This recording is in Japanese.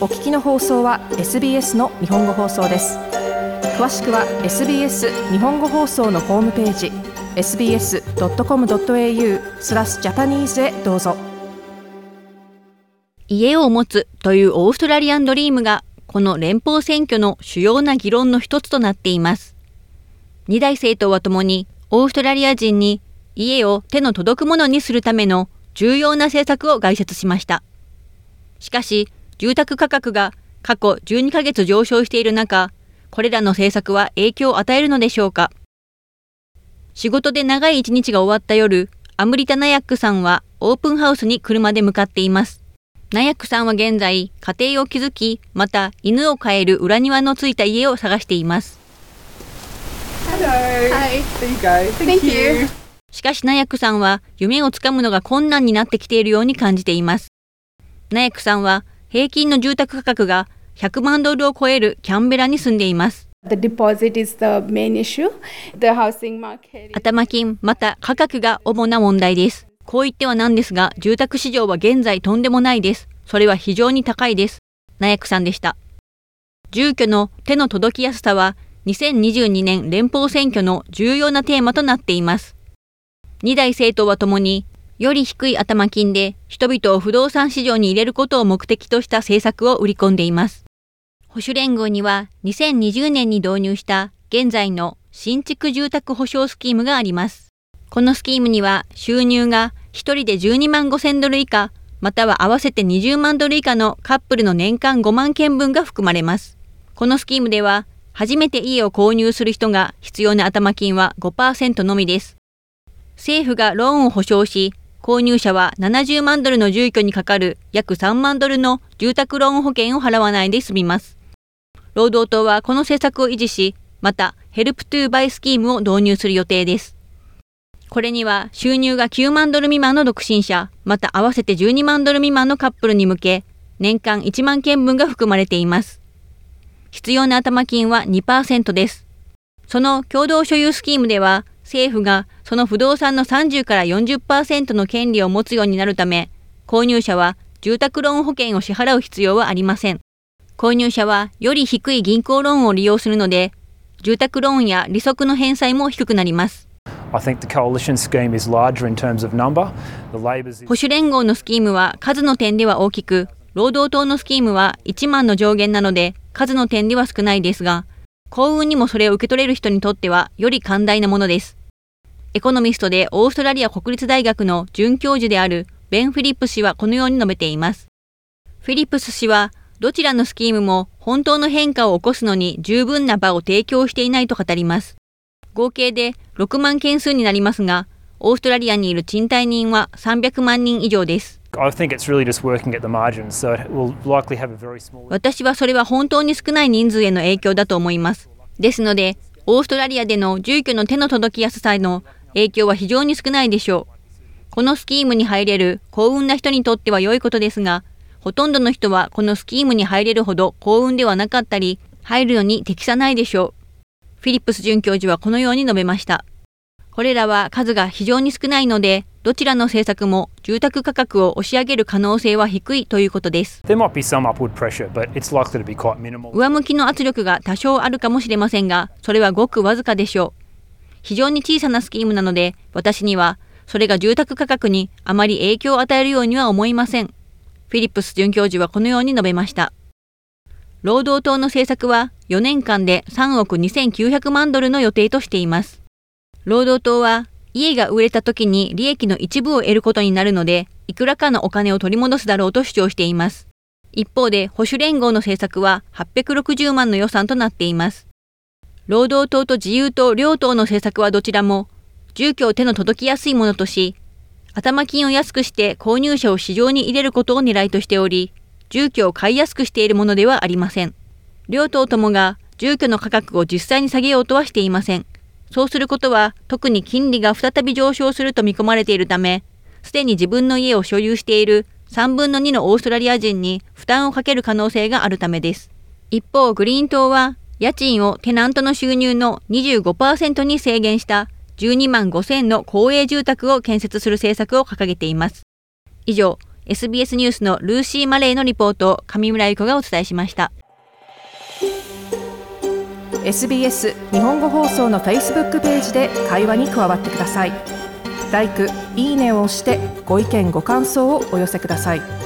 お聞きの放送は SBS の日本語放送です。詳しくは SBS 日本語放送のホームページ sbs.com.au/Japanese へどうぞ。 家を持つというオーストラリアンドリームがこの連邦選挙の主要な議論の一つとなっています。二大政党はともにオーストラリア人に家を手の届くものにするための重要な政策を概説しました。しかし、住宅価格が過去12ヶ月上昇している中、これらの政策は影響を与えるのでしょうか。仕事で長い一日が終わった夜、アムリタ・ナヤックさんはオープンハウスに車で向かっています。ナヤックさんは現在、家庭を築き、また犬を飼える裏庭のついた家を探しています。 Hello. Hi. There you go. Thank you. しかしナヤックさんは夢をつかむのが困難になってきているように感じています。ナヤックさんは平均の住宅価格が100万ドルを超えるキャンベラに住んでいます。 The deposit is the main issue. The housing market. 頭金また価格が主な問題です。こう言ってはなんですが、住宅市場は現在とんでもないです。それは非常に高いです。ナヤックさんでした。住居の手の届きやすさは2022年連邦選挙の重要なテーマとなっています。二大政党はともに、より低い頭金で人々を不動産市場に入れることを目的とした政策を売り込んでいます。保守連合には2020年に導入した現在の新築住宅保証スキームがあります。このスキームには収入が1人で12万5000ドル以下、または合わせて20万ドル以下のカップルの年間5万件分が含まれます。このスキームでは初めて家を購入する人が必要な頭金は 5% のみです。政府がローンを保証し、購入者は70万ドルの住居にかかる約3万ドルの住宅ローン保険を払わないで済みます。労働党はこの政策を維持し、またヘルプトゥーバイスキームを導入する予定です。これには収入が9万ドル未満の独身者、また合わせて12万ドル未満のカップルに向け、年間1万件分が含まれています。必要な頭金は 2% です。その共同所有スキームでは、政府がその不動産の30から 40% の権利を持つようになるため、購入者は住宅ローン保険を支払う必要はありません。購入者はより低い銀行ローンを利用するので、住宅ローンや利息の返済も低くなります。保守連合のスキームは数の点では大きく、労働党のスキームは1万の上限なので数の点では少ないですが、幸運にもそれを受け取れる人にとってはより寛大なものです。エコノミストでオーストラリア国立大学の准教授であるベン・フィリップ氏はこのように述べています。フィリップス氏は、どちらのスキームも本当の変化を起こすのに十分な場を提供していないと語ります。合計で6万件数になりますが、オーストラリアにいる賃貸人は300万人以上です。私はそれは本当に少ない人数への影響だと思います。ですので、オーストラリアでの住居の手の届きやすさへの影響は非常に少ないでしょう。このスキームに入れる幸運な人にとっては良いことですが、ほとんどの人はこのスキームに入れるほど幸運ではなかったり、入るのに適さないでしょう。フィリップス准教授はこのように述べました。これらは数が非常に少ないので、どちらの政策も住宅価格を押し上げる可能性は低いということです。上向きの圧力が多少あるかもしれませんが、それはごくわずかでしょう。非常に小さなスキームなので、私にはそれが住宅価格にあまり影響を与えるようには思いません。フィリップス准教授はこのように述べました。労働党の政策は4年間で3億2900万ドルの予定としています。労働党は家が売れた時に利益の一部を得ることになるので、いくらかのお金を取り戻すだろうと主張しています。一方で保守連合の政策は860万の予算となっています。労働党と自由党両党の政策はどちらも住居を手の届きやすいものとし、頭金を安くして購入者を市場に入れることを狙いとしており、住居を買いやすくしているものではありません。両党ともが住居の価格を実際に下げようとはしていません。そうすることは特に金利が再び上昇すると見込まれているため、すでに自分の家を所有している3分の2のオーストラリア人に負担をかける可能性があるためです。一方、グリーン党は家賃をテナントの収入の 25% に制限した12万5000の公営住宅を建設する政策を掲げています。以上、 SBS ニュースのルーシー・マレーのリポートを上村由子がお伝えしました。 SBS 日本語放送の Facebook ページで会話に加わってください。LIKE、いいねを押してご意見ご感想をお寄せください。